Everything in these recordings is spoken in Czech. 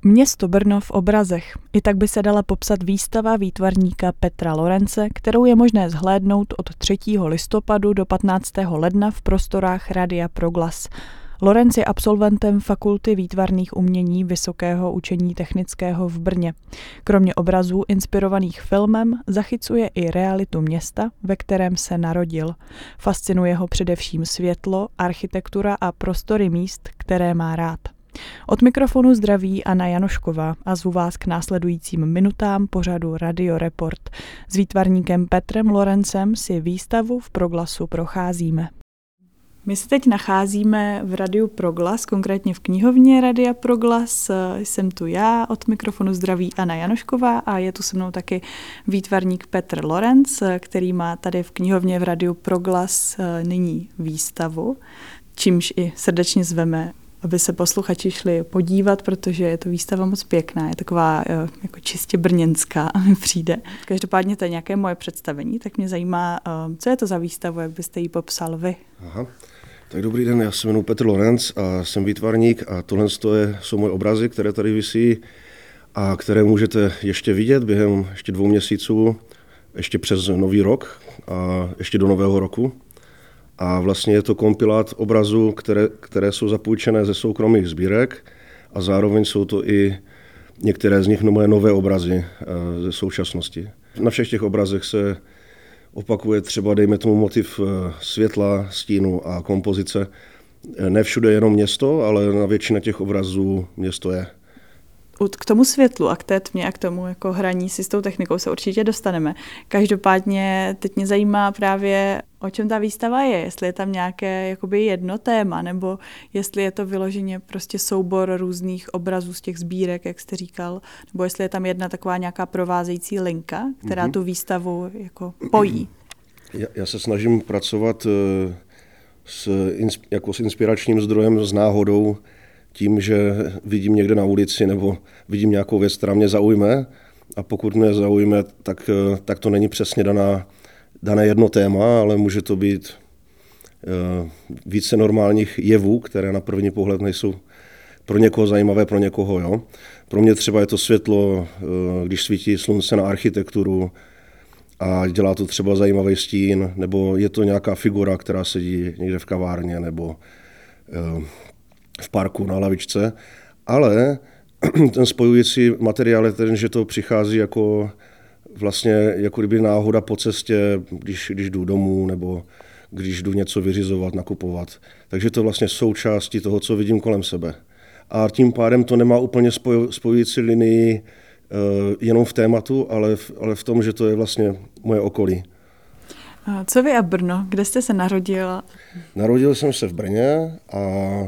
Město Brno v obrazech. I tak by se dala popsat výstava výtvarníka Petra Lorence, kterou je možné zhlédnout od 3. listopadu do 15. ledna v prostorách Radia Proglas. Lorenz je absolventem Fakulty výtvarných umění Vysokého učení technického v Brně. Kromě obrazů inspirovaných filmem zachycuje i realitu města, ve kterém se narodil. Fascinuje ho především světlo, architektura a prostory míst, které má rád. Od mikrofonu zdraví Anna Janošková a zvu vás k následujícím minutám pořadu Radio Report. S výtvarníkem Petrem Lorencem si výstavu v Proglasu procházíme. My se teď nacházíme v Radiu Proglas, konkrétně v knihovně Radia Proglas. Jsem tu já, od mikrofonu zdraví Anna Janošková a je tu se mnou taky výtvarník Petr Lorenc, který má tady v knihovně v Radiu Proglas nyní výstavu, čímž i srdečně zveme, aby se posluchači šli podívat, protože je to výstava moc pěkná, je taková jako čistě brněnská a mi přijde. Každopádně to je nějaké moje představení, tak mě zajímá, co je to za výstavu, jak byste ji popsal vy. Aha. Tak dobrý den, já se jmenuji Petr Lorenc a jsem výtvarník a tohle jsou moje obrazy, které tady visí a které můžete ještě vidět během ještě 2 měsíců, ještě přes Nový rok a ještě do Nového roku. A vlastně je to kompilát obrazů, které jsou zapůjčené ze soukromých sbírek a zároveň jsou to i některé z nich moje nové obrazy ze současnosti. Na všech těch obrazech se opakuje třeba, dejme tomu, motiv světla, stínu a kompozice. Ne všude jenom město, ale na většině těch obrazů město je. K tomu světlu a k té tmě a k tomu jako hraní si s tou technikou se určitě dostaneme. Každopádně teď mě zajímá právě, o čem ta výstava je, jestli je tam nějaké jakoby jedno téma, nebo jestli je to vyloženě prostě soubor různých obrazů z těch sbírek, jak jste říkal, nebo jestli je tam jedna taková nějaká provázející linka, která tu výstavu jako pojí. Já se snažím pracovat jako s inspiračním zdrojem, s náhodou, tím, že vidím někde na ulici nebo vidím nějakou věc, která mě zaujme, a pokud mě zaujme, tak to není přesně dané jedno téma, ale může to být více normálních jevů, které na první pohled nejsou pro někoho zajímavé, pro někoho. Jo. Pro mě třeba je to světlo, když svítí slunce na architekturu a dělá to třeba zajímavý stín, nebo je to nějaká figura, která sedí někde v kavárně nebo v parku na lavičce, ale ten spojující materiál je ten, že to přichází jako vlastně jako kdyby náhoda po cestě, když jdu domů nebo když jdu něco vyřizovat, nakupovat. Takže to je vlastně součástí toho, co vidím kolem sebe. A tím pádem to nemá úplně spojující linii jenom v tématu, ale v tom, že to je vlastně moje okolí. Co vy a Brno? Kde jste se narodil? Narodil jsem se v Brně a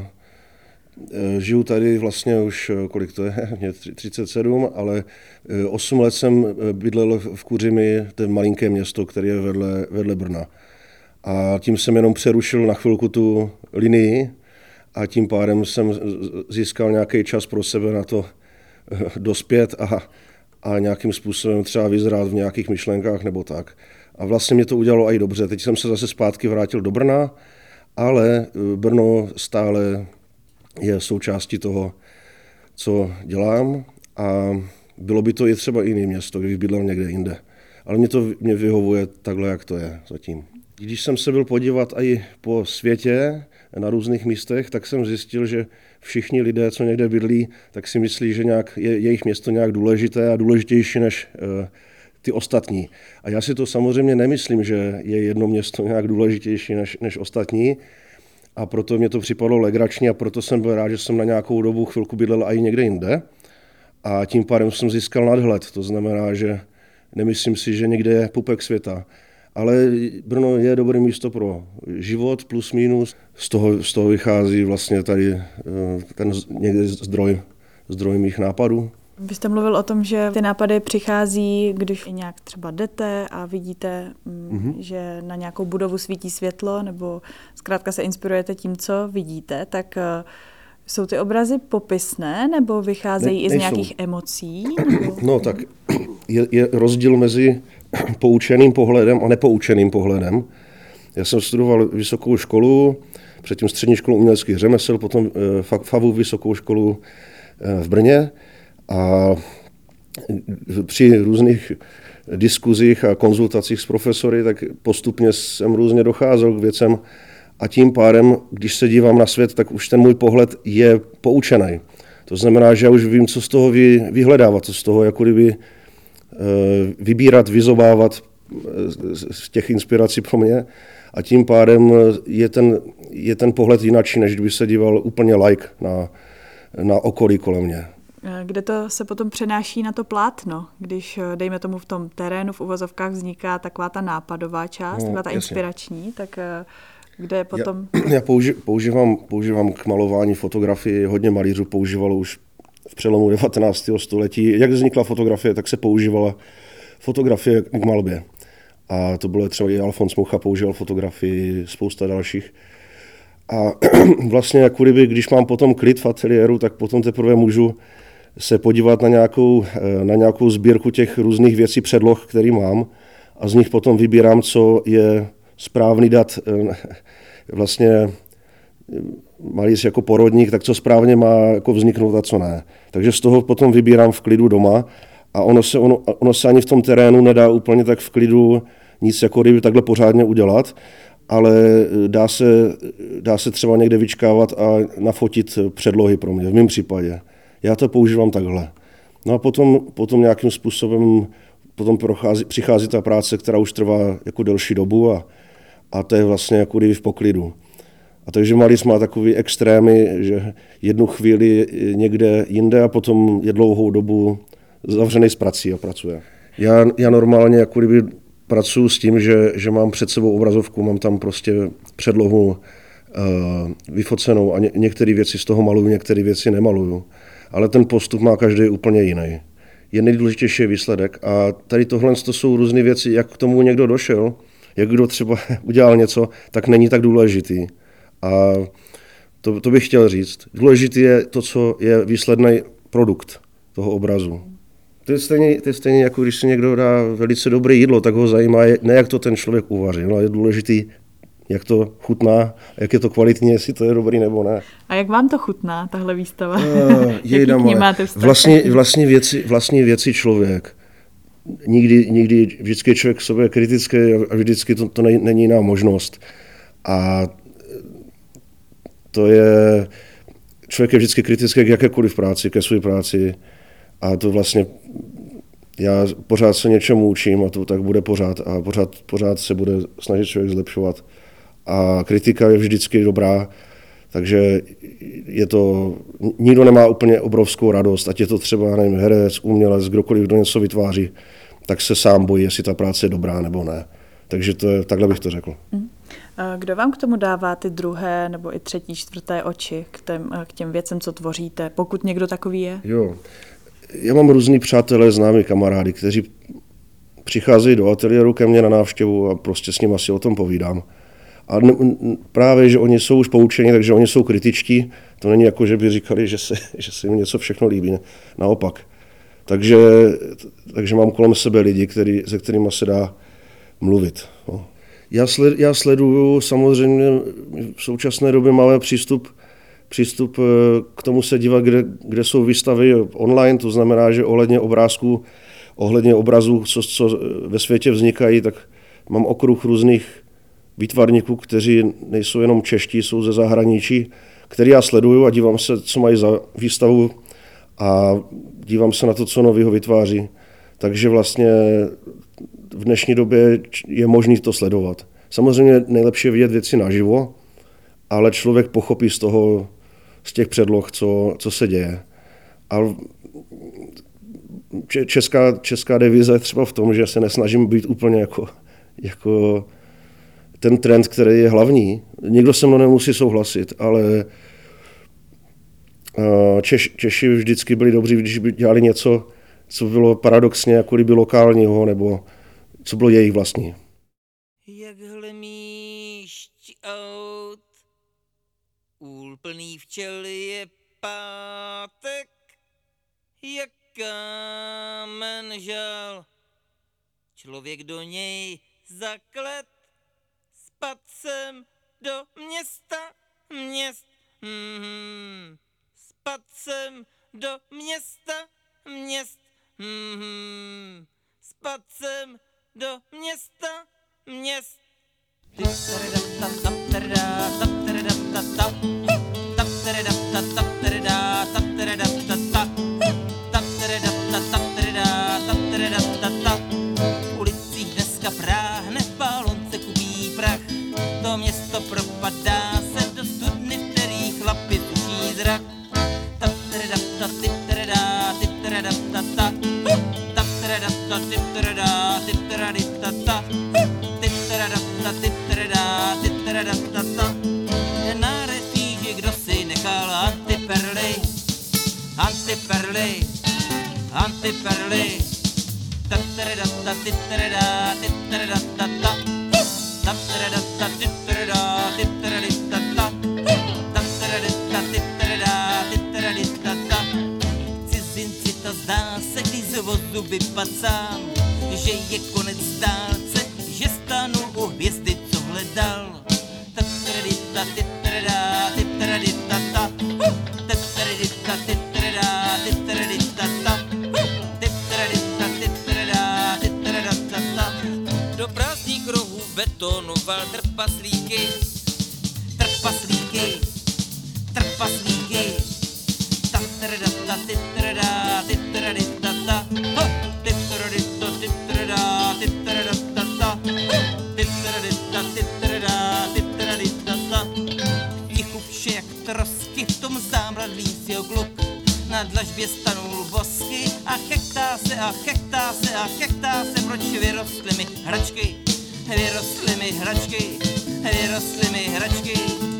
žiju tady vlastně už, kolik to je, mě 37, ale 8 let jsem bydlel v Kuřimi, to je malinké město, které je vedle Brna. A tím jsem jenom přerušil na chvilku tu linii a tím pádem jsem získal nějaký čas pro sebe na to dospět a nějakým způsobem třeba vyzrát v nějakých myšlenkách nebo tak. A vlastně mě to udělalo i dobře. Teď jsem se zase zpátky vrátil do Brna, ale Brno stále je součástí toho, co dělám, a bylo by to i třeba jiné město, kdybych bydlel někde jinde. Ale mě vyhovuje takhle, jak to je zatím. Když jsem se byl podívat i po světě na různých místech, tak jsem zjistil, že všichni lidé, co někde bydlí, tak si myslí, že je jejich město nějak důležité a důležitější než ty ostatní. A já si to samozřejmě nemyslím, že je jedno město nějak důležitější než ostatní. A proto mě to připadlo legrační a proto jsem byl rád, že jsem na nějakou dobu chvilku bydlel i někde jinde. A tím pádem jsem získal nadhled. To znamená, že nemyslím si, že někde je pupek světa. Ale Brno je dobré místo pro život, plus minus. Z toho vychází vlastně tady ten někde zdroj mých nápadů. Vy jste mluvil o tom, že ty nápady přichází, když nějak třeba jdete a vidíte, že na nějakou budovu svítí světlo, nebo zkrátka se inspirujete tím, co vidíte, tak jsou ty obrazy popisné, nebo vycházejí i z nějakých emocí? Nebo... No tak je rozdíl mezi poučeným pohledem a nepoučeným pohledem. Já jsem studoval vysokou školu, předtím střední školu uměleckých řemesel, potom FAVu vysokou školu v Brně. A při různých diskuzích a konzultacích s profesory, tak postupně jsem různě docházel k věcem a tím pádem, když se dívám na svět, tak už ten můj pohled je poučený. To znamená, že já už vím, co z toho vyhledávat, co z toho jako kdyby vybírat, vyzobávat z těch inspirací pro mě a tím pádem je ten pohled jinačí, než kdyby se díval úplně like na okolí kolem mě. Kde to se potom přenáší na to plátno, když, dejme tomu, v tom terénu v uvozovkách vzniká taková ta nápadová část, taková ta inspirační, tak kde je potom... Já používám k malování fotografii, hodně malířů používalo už v přelomu 19. století. Jak vznikla fotografie, tak se používala fotografie k malbě. A to bylo třeba i Alfons Mucha používal fotografii, spousta dalších. A vlastně jako kdyby, když mám potom klid v ateliéru, tak potom teprve můžu se podívat na nějakou sbírku těch různých věcí, předloh, který mám a z nich potom vybírám, co je správný dat. Vlastně malíř jako porodník, tak co správně má jako vzniknout a co ne. Takže z toho potom vybírám v klidu doma a ono se ani v tom terénu nedá úplně tak v klidu nic jako kdyby takhle pořádně udělat, ale dá se třeba někde vyčkávat a nafotit předlohy pro mě, v mém případě. Já to používám takhle. No a potom nějakým způsobem potom přichází ta práce, která už trvá jako delší dobu a to je vlastně jako kdyby v poklidu. A takže malíř má takový extrémy, že jednu chvíli někde jinde a potom je dlouhou dobu zavřený s prací a pracuje. Já normálně jako kdyby pracuji s tím, že mám před sebou obrazovku, mám tam prostě předlohu vyfocenou a některé věci z toho maluju, některé věci nemaluju. Ale ten postup má každý úplně jiný. Je nejdůležitější výsledek a tady tohle to jsou různé věci, jak k tomu někdo došel, jak kdo třeba udělal něco, tak není tak důležitý. A to bych chtěl říct. Důležitý je to, co je výsledný produkt toho obrazu. To je stejně jako když si někdo dá velice dobré jídlo, tak ho zajímá ne jak to ten člověk uvaří, ale je důležitý, jak to chutná, jak je to kvalitní, jestli to je dobrý nebo ne. A jak vám to chutná, tahle výstava? Vlastní věci člověk. Nikdy vždycky je člověk k sobě kritický a vždycky to není jiná možnost. A to je, člověk je vždycky kritický k jakékoliv práci, ke své práci a to vlastně, já pořád se něčemu učím a to tak bude pořád a pořád se bude snažit člověk zlepšovat a kritika je vždycky dobrá, takže je to, nikdo nemá úplně obrovskou radost, ať je to třeba, nevím, herec, umělec, kdokoliv, kdo něco vytváří, tak se sám bojí, jestli ta práce je dobrá nebo ne. Takže takhle bych to řekl. Kdo vám k tomu dává ty druhé nebo i třetí, čtvrté oči k těm věcem, co tvoříte, pokud někdo takový je? Jo, já mám různý přátelé, známí kamarády, kteří přicházejí do ateliéru ke mně na návštěvu a prostě s nimi si o tom povídám. A právě, že oni jsou už poučeni, takže oni jsou kritičtí, to není jako, že by říkali, že se jim něco všechno líbí, ne? Naopak. Takže mám kolem sebe lidi, se kterými se dá mluvit. No. Já sleduju samozřejmě, v současné době máme přístup k tomu se dívat, kde jsou výstavy online, to znamená, že ohledně obrazů, co ve světě vznikají, tak mám okruh různých výtvarníků, kteří nejsou jenom čeští, jsou ze zahraničí, který já sleduju a dívám se, co mají za výstavu a dívám se na to, co nového vytváří. Takže vlastně v dnešní době je možné to sledovat. Samozřejmě nejlepší je vidět věci naživo, ale člověk pochopí z těch předloh, co se děje. A česká devize je třeba v tom, že se nesnažím být úplně jako ten trend, který je hlavní. Nikdo se mnou nemusí souhlasit, ale Češi vždycky byli dobří, když by dělali něco, co bylo paradoxně jako kdyby lokálního, nebo co bylo jejich vlastní. Jak hlemíšť aut, úplný včely je pátek, jak kámen žal, člověk do něj zaklet, spad sem do města, spad sem do města, měst. Spad sem do města měst. V ulicích dneska práhne, v pálonce kubí prach. To město propadá se do studny, v který chlapi tuší zrak. Na retíži kdo si nechal antiperly, antiperly, antiperly. Cizinci to zdá se, když z vozu vypad sám, že je konec dálce, že stanu u hvězdy, co hledal. Do prázdných rohů betonoval trpaslíky, trpaslíky, trpaslíky. Tichu vše jak trosky, v tom zámradlí si okluk. Na dlažbě stanul bosky a chechtá se a chechtá se a chechtá se, proč vyrostly mi hračky, vyrostly mi hračky, vyrostly mi hračky.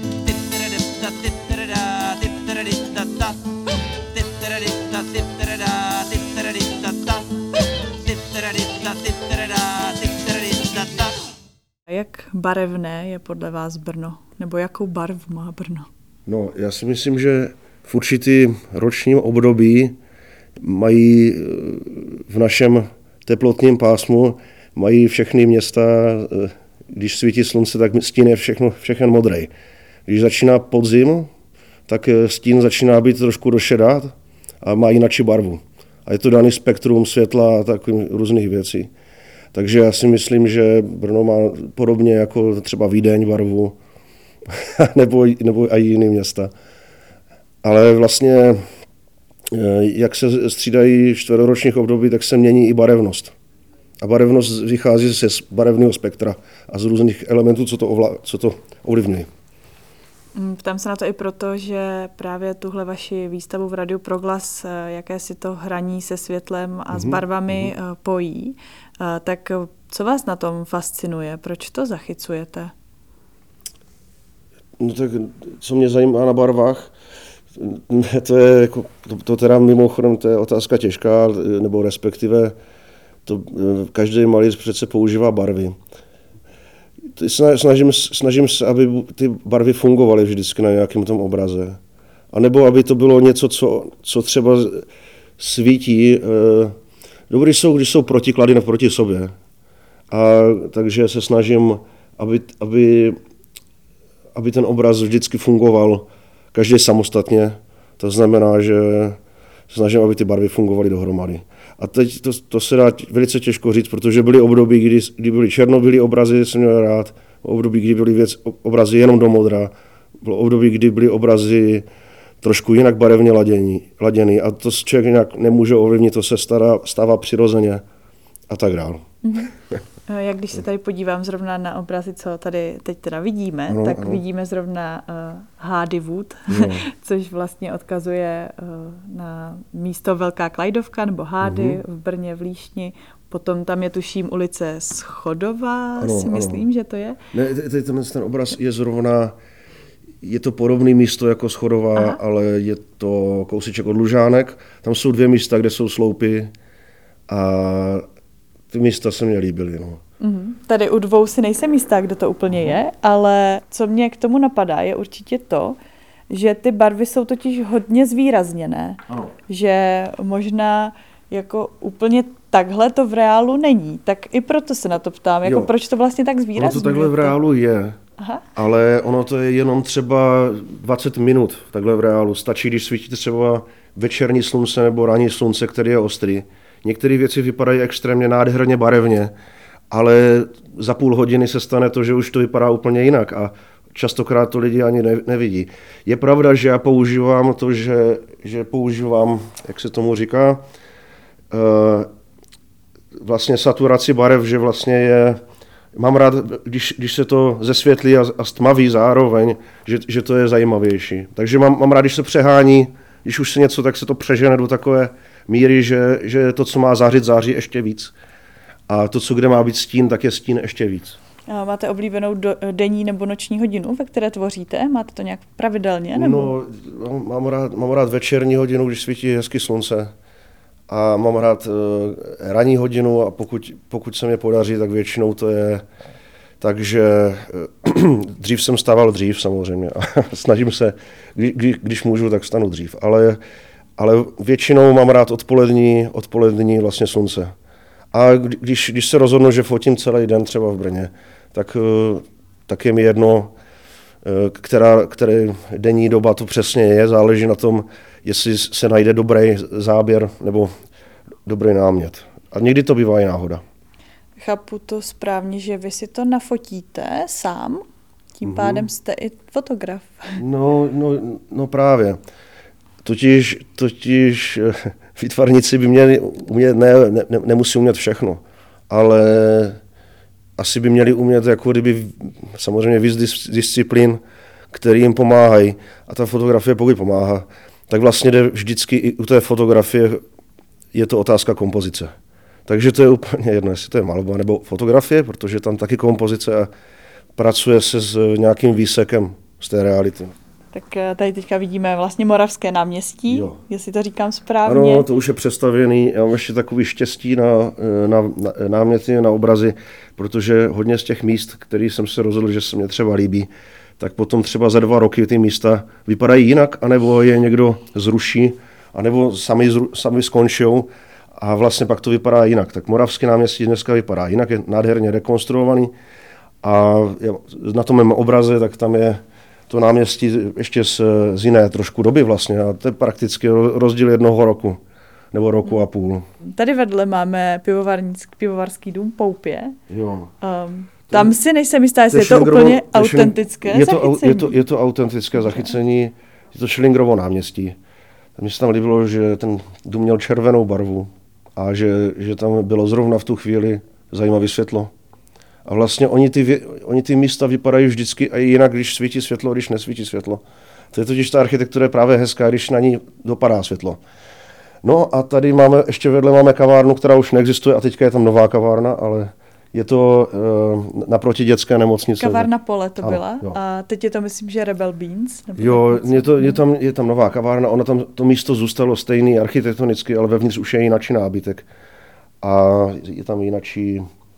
Jak barevné je podle vás Brno? Nebo jakou barvu má Brno? No, já si myslím, že v určitým ročním období mají v našem teplotním pásmu mají všechny města, když svítí slunce, tak stín je všechen modrý. Když začíná podzim, tak stín začíná být trošku došedát a má jináčí barvu. A je to daný spektrum světla a takových různých věcí. Takže já si myslím, že Brno má podobně jako třeba Vídeň barvu nebo i jiné města. Ale vlastně, jak se střídají čtveroročních období, tak se mění i barevnost. A barevnost vychází ze barevného spektra a z různých elementů, co to ovlivňuje. Ptám se na to i proto, že právě tuhle vaši výstavu v Radiu Proglas, jaké si to hraní se světlem a s barvami pojí, tak co vás na tom fascinuje? Proč to zachycujete? No tak, co mě zajímá na barvách, to je jako, to teda mimochodem, to je otázka těžká, nebo respektive každý malíř přece používá barvy. Snažím se, aby ty barvy fungovaly vždycky na nějakém tom obraze. A nebo aby to bylo něco, co třeba svítí. Dobrý jsou, když jsou protiklady naproti sobě. A takže se snažím, aby ten obraz vždycky fungoval každý samostatně. To znamená, že se snažím, aby ty barvy fungovaly dohromady. A teď to se dá velice těžko říct, protože byly období, kdy byly černobílé obrazy, jsem měl rád, období, kdy byly obrazy jenom do modra, bylo období, kdy byly obrazy trošku jinak barevně laděný a to člověk jinak nemůže ovlivnit, to se stává přirozeně a tak dále. Jak když se tady podívám zrovna na obrazy, co tady teď teda vidíme, tak vidíme zrovna Hádywood, což vlastně odkazuje na místo Velká Klajdovka nebo Hády v Brně v Líšni. Potom tam je tuším ulice Schodová, myslím, že to je. Ne, ten obraz je zrovna, je to podobné místo jako Schodová, ale je to kousíček od Lužánek. Tam jsou 2 místa, kde jsou sloupy a ty místa se mně líbily. No. Tady u 2 si nejsem jistá, kde to úplně je, ale co mě k tomu napadá, je určitě to, že ty barvy jsou totiž hodně zvýrazněné. Že možná jako úplně takhle to v reálu není. Tak i proto se na to ptám, jako proč to vlastně tak zvýrazňuje. Ono to takhle v reálu je, ale ono to je jenom třeba 20 minut takhle v reálu. Stačí, když svítíte třeba večerní slunce nebo ranní slunce, který je ostrý. Některé věci vypadají extrémně nádherně barevně, ale za půl hodiny se stane to, že už to vypadá úplně jinak a častokrát to lidi ani nevidí. Je pravda, že já používám to, že používám, jak se tomu říká, vlastně saturaci barev, že vlastně je, mám rád, když se to zesvětlí a stmaví zároveň, že to je zajímavější. Takže mám rád, když se přehání, když už se něco, tak se to přežene do takové míry, že to, co má zářit, září ještě víc. A to, co kde má být stín, tak je stín ještě víc. A máte oblíbenou denní nebo noční hodinu, ve které tvoříte? Máte to nějak pravidelně? Nebo? No, mám rád večerní hodinu, když svítí hezky slunce. A mám rád ranní hodinu a pokud se mě podaří, tak většinou to je tak, že dřív jsem stával dřív samozřejmě a snažím se, když můžu, tak vstanu dřív. Ale většinou mám rád odpolední vlastně slunce. A když se rozhodnu, že fotím celý den třeba v Brně, tak je mi jedno, který denní doba to přesně je, záleží na tom, jestli se najde dobrý záběr nebo dobrý námět. A někdy to bývá i náhoda. Chápu to správně, že vy si to nafotíte sám, tím pádem jste i fotograf. No právě. Totiž výtvarníci by měli umět, nemusí umět všechno, ale asi by měli umět jako kdyby samozřejmě víc disciplín, který jim pomáhají. A ta fotografie, pokud pomáhá, tak vlastně jde vždycky i u té fotografie, je to otázka kompozice. Takže to je úplně jedno, jestli to je malba nebo fotografie, protože tam taky kompozice a pracuje se s nějakým výsekem z té reality. Tak tady teďka vidíme vlastně Moravské náměstí, jestli to říkám správně. Ano, to už je přestavěný. Já mám ještě takový štěstí na náměty, na obrazy, protože hodně z těch míst, který jsem se rozhodl, že se mě třeba líbí, tak potom třeba za 2 roky ty místa vypadají jinak, anebo je někdo zruší, anebo sami skončou a vlastně pak to vypadá jinak. Tak Moravské náměstí dneska vypadá jinak, je nádherně rekonstruovaný a na tom mém obraze, tak tam je to náměstí ještě z jiné trošku doby vlastně a to je prakticky rozdíl 1 roku nebo roku a půl. Tady vedle máme pivovarský dům Poupě. Jo. Tam si nejsem jistá, jestli je to úplně autentické zachycení. Je to autentické zachycení, je to Schillingerovo náměstí. Mně se tam líbilo, že ten dům měl červenou barvu a že tam bylo zrovna v tu chvíli zajímavé světlo. A vlastně oni ty místa vypadají vždycky a jinak, když svítí světlo, když nesvítí světlo. To je totiž ta architektura je právě hezká, když na ní dopadá světlo. No a tady ještě vedle máme kavárnu, která už neexistuje a teďka je tam nová kavárna, ale je to naproti dětské nemocnice. Kavárna Pole to byla a teď je to myslím, že Rebel Beans. Jo, je tam nová kavárna, ona tam to místo zůstalo stejný architektonicky, ale vevnitř už je jinačí nábytek. A je tam jinačí,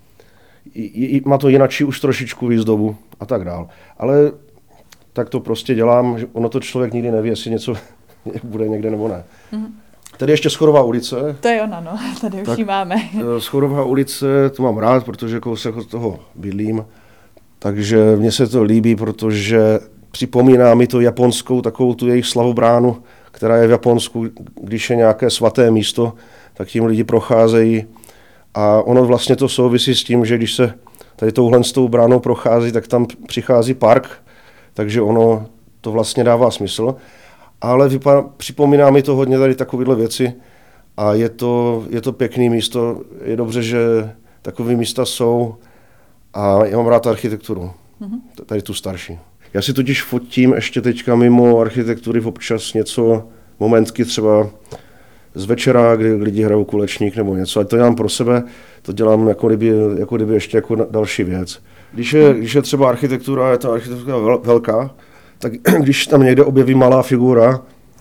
má to jinačí už trošičku výzdobu a tak dál. Ale tak to prostě dělám, že ono to člověk nikdy neví, jestli něco bude někde nebo ne. Mm-hmm. Tady ještě Schorová ulice. To je ona, no, tady už ji máme. Schorová ulice, to mám rád, protože kousek od toho bydlím. Takže mně se to líbí, protože připomíná mi to japonskou, takovou tu jejich slavobránu, která je v Japonsku, když je nějaké svaté místo, tak tím lidi procházejí. A ono vlastně to souvisí s tím, že když se tady touhle s tou bránou prochází, tak tam přichází park, takže ono to vlastně dává smysl. Ale připomíná mi to hodně tady takovéhle věci a je to pěkné místo. Je dobře, že takové místa jsou a já mám rád architekturu, tady tu starší. Já si totiž fotím ještě teďka mimo architektury občas něco, momentky třeba z večera, kdy lidi hrajou kulečník nebo něco, ale to dělám pro sebe, to dělám jako kdyby ještě jako další věc. Když je třeba architektura, je ta architektura velká, tak když tam někde objeví malá figura,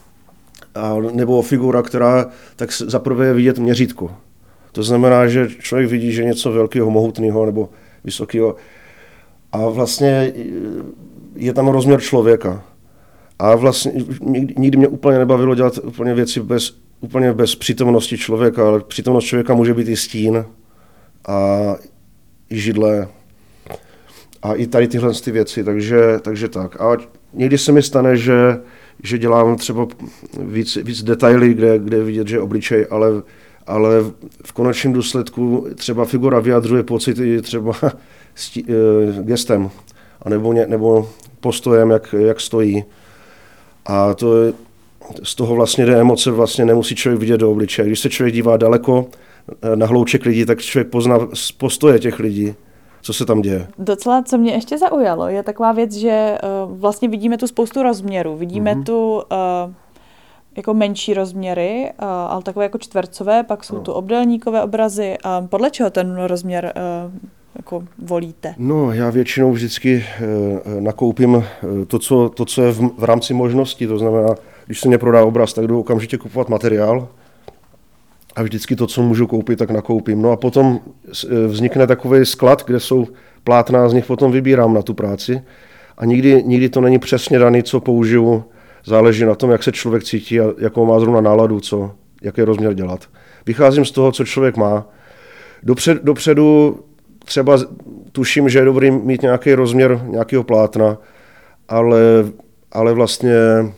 nebo figura, která, tak zaprvé je vidět měřítko. To znamená, že člověk vidí, že něco velkého, mohutného nebo vysokého. A vlastně je tam rozměr člověka. A vlastně nikdy mě úplně nebavilo dělat úplně věci úplně bez přítomnosti člověka, ale přítomnost člověka může být i stín a i židle a i tady tyhle ty věci, takže tak. A někdy se mi stane, že že dělám třeba víc detaily, kde vidět, že je obličej, ale v konečném důsledku třeba figura vyjadřuje pocity třeba gestem, nebo postojem, jak stojí. A z toho vlastně jde emoce, vlastně nemusí člověk vidět do obličeje. Když se člověk dívá daleko na hlouček lidí, tak člověk pozná z postoje těch lidí, co se tam děje. Docela, co mě ještě zaujalo, je taková věc, že vlastně vidíme tu spoustu rozměrů. Vidíme tu jako menší rozměry, ale takové jako čtvercové, pak jsou tu obdélníkové obrazy. Podle čeho ten rozměr jako volíte? No, já většinou vždycky nakoupím to, co je v rámci možností. To znamená, když se mě prodá obraz, tak jdu okamžitě kupovat materiál a vždycky to, co můžu koupit, tak nakoupím. No a potom vznikne takový sklad, kde jsou plátna, z nich potom vybírám na tu práci a nikdy to není přesně daný, co použiju. Záleží na tom, jak se člověk cítí a jakou má zrovna náladu, jaký rozměr dělat. Vycházím z toho, co člověk má. Dopředu třeba tuším, že je dobrý mít nějaký rozměr nějakého plátna, ale vlastně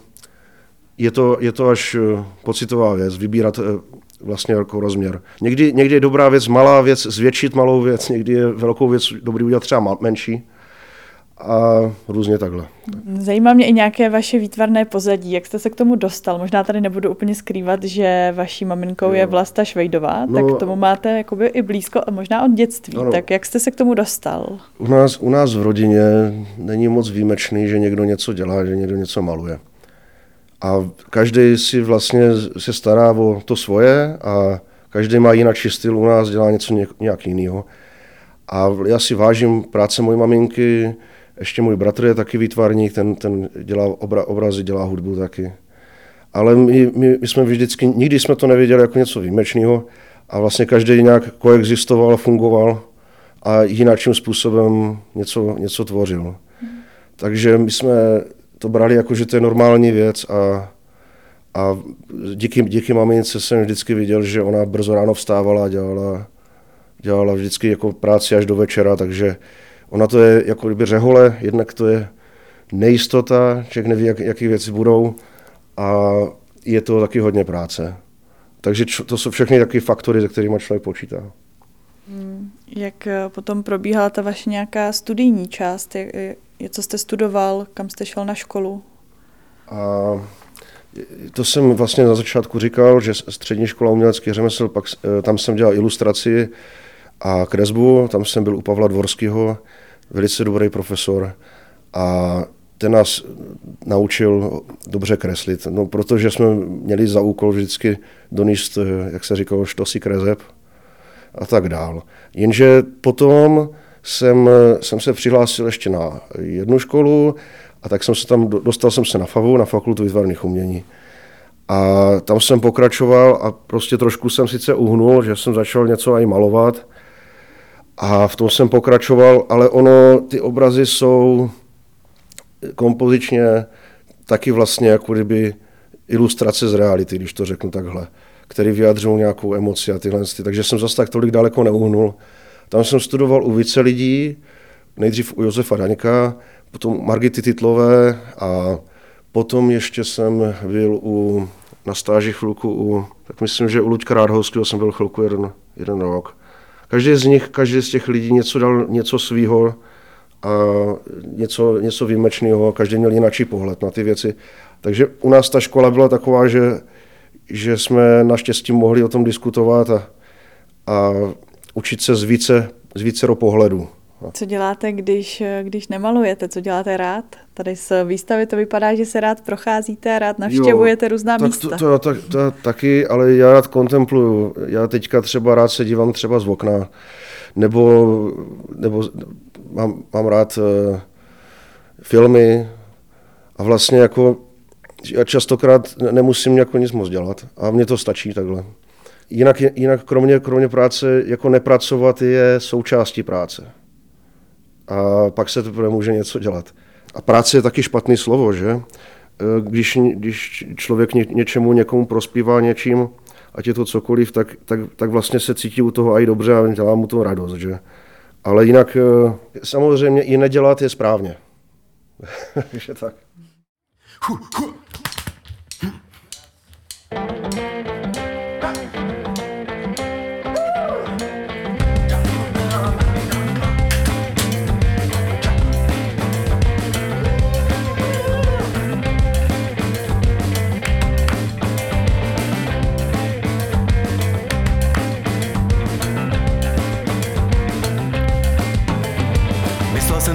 je to až pocitová věc, vybírat vlastně jako rozměr. Někdy je dobrá věc, malá věc, zvětšit malou věc, někdy je velkou věc dobrý udělat třeba menší a různě takhle. Zajímá mě i nějaké vaše výtvarné pozadí, jak jste se k tomu dostal. Možná tady nebudu úplně skrývat, že vaší maminkou je Vlasta Švejdová, tak k tomu máte jakoby i blízko a možná od dětství. Ano. Tak jak jste se k tomu dostal? U nás v rodině není moc výjimečný, že někdo něco dělá, že někdo něco maluje. A každý si vlastně se stará o to svoje a každý má jinak styl, u nás dělá něco nějak jiného. A já si vážím práce mojí maminky, ještě můj bratr je taky výtvarník, ten dělá obrazy, dělá hudbu taky. Ale my jsme vždycky, nikdy jsme to nevěděli jako něco výjimečného a vlastně každý nějak koexistoval, fungoval a jinakým způsobem něco tvořil. Takže my jsme to brali jako, že to je normální věc a díky mamince jsem vždycky viděl, že ona brzo ráno vstávala a dělala vždycky jako práci až do večera, takže ona to je jako kdyby řehole, jednak to je nejistota, člověk neví, jaký věci budou a je to taky hodně práce. Takže to jsou všechny taky faktory, se kterými člověk počítá. Jak potom probíhala ta vaše nějaká studijní část? Co jste studoval, kam jste šel na školu? A to jsem vlastně na začátku říkal, že střední škola uměleckých řemesel, pak tam jsem dělal ilustraci a kresbu, tam jsem byl u Pavla Dvorského, velice dobrý profesor a ten nás naučil dobře kreslit, no protože jsme měli za úkol vždycky donést, jak se říkalo, štosy kreseb a tak dál. Jenže potom jsem se přihlásil ještě na jednu školu a tak dostal jsem se na FAVu, na Fakultu výtvarných umění. A tam jsem pokračoval a prostě trošku jsem sice uhnul, že jsem začal něco i malovat a v tom jsem pokračoval, ale ty obrazy jsou kompozičně taky vlastně jako kdyby ilustrace z reality, když to řeknu takhle, který vyjadřují nějakou emoci a tyhle. Takže jsem zase tak tolik daleko neuhnul. Tam jsem studoval u více lidí, nejdřív u Josefa Daňka, potom Margity Titlové a potom ještě jsem byl na stáži chvilku tak myslím, že u Luďka Rádhovského jsem byl chvilku jeden rok. Každý z těch lidí něco dal, něco svýho a něco výjimečného, každý měl jináčí pohled na ty věci. Takže u nás ta škola byla taková, že jsme naštěstí mohli o tom diskutovat a učit se z vícero pohledů. Co děláte, když nemalujete? Co děláte rád? Tady z výstavy to vypadá, že se rád procházíte, rád navštěvujete různá místa. To taky, ale já rád kontempluju. Já teďka třeba rád se dívám třeba z okna, nebo mám rád filmy a vlastně jako já častokrát nemusím jako nic moc dělat a mně to stačí takhle. Jinak kromě práce, jako nepracovat je součástí práce. A pak se teprve může něco dělat. A práce je taky špatný slovo, že? Když člověk někomu prospívá něčím, ať je to cokoliv, tak vlastně se cítí u toho i dobře a dělá mu to radost, že? Ale jinak samozřejmě i nedělat je správně. Takže tak.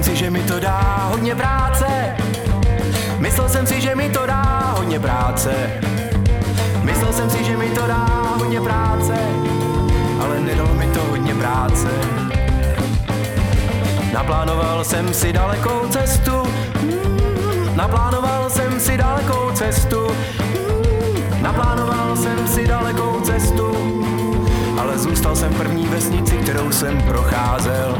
jsem si, že mi to dá hodně práce. Myslel jsem si, že mi to dá hodně práce. Myslel jsem si, že mi to dá hodně práce, ale nedal mi to hodně práce. Naplánoval jsem si dalekou cestu, naplánoval jsem si dalekou cestu, naplánoval jsem si dalekou cestu, ale zůstal jsem v první vesnici, kterou jsem procházel.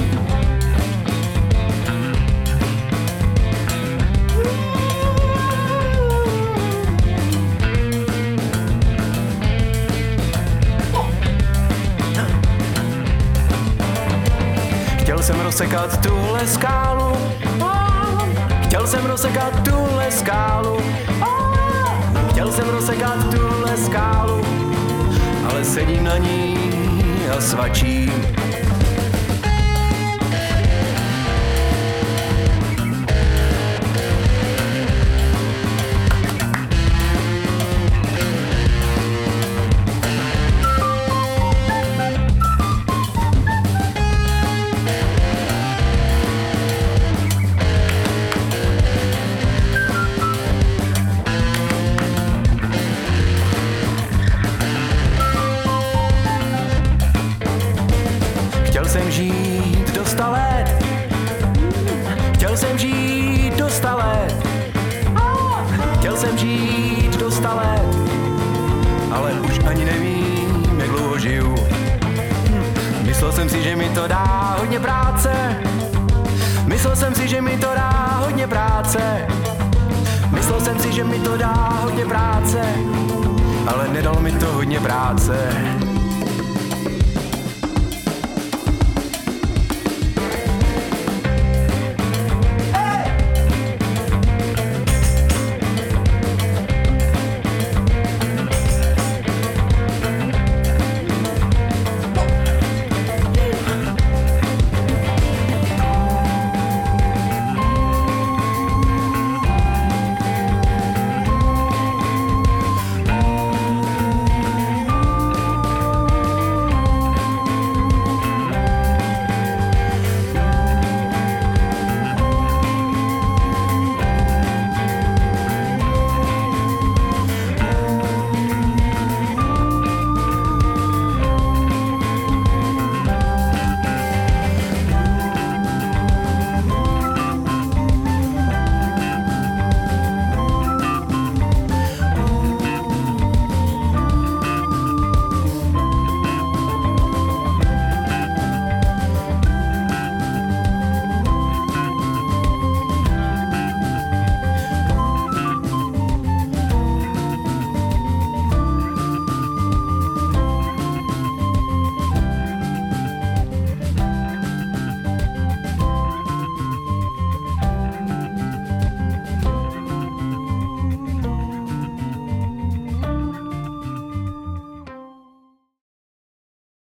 Chtěl jsem rozsekat tuhle skálu, chtěl jsem rozsekat tuhle skálu, chtěl jsem rozsekat tuhle skálu, ale sedím na ní a svačím. Chtěl jsem žít do 100 let, chtěl jsem žít do 100 let, chtěl jsem žít do 100 let, ale už ani nevím, jak dlouho žiju. Myslel jsem si, že mi to dá hodně práce, myslel jsem si, že mi to dá hodně práce, myslel jsem si, že mi to dá hodně práce, ale nedal mi to hodně práce.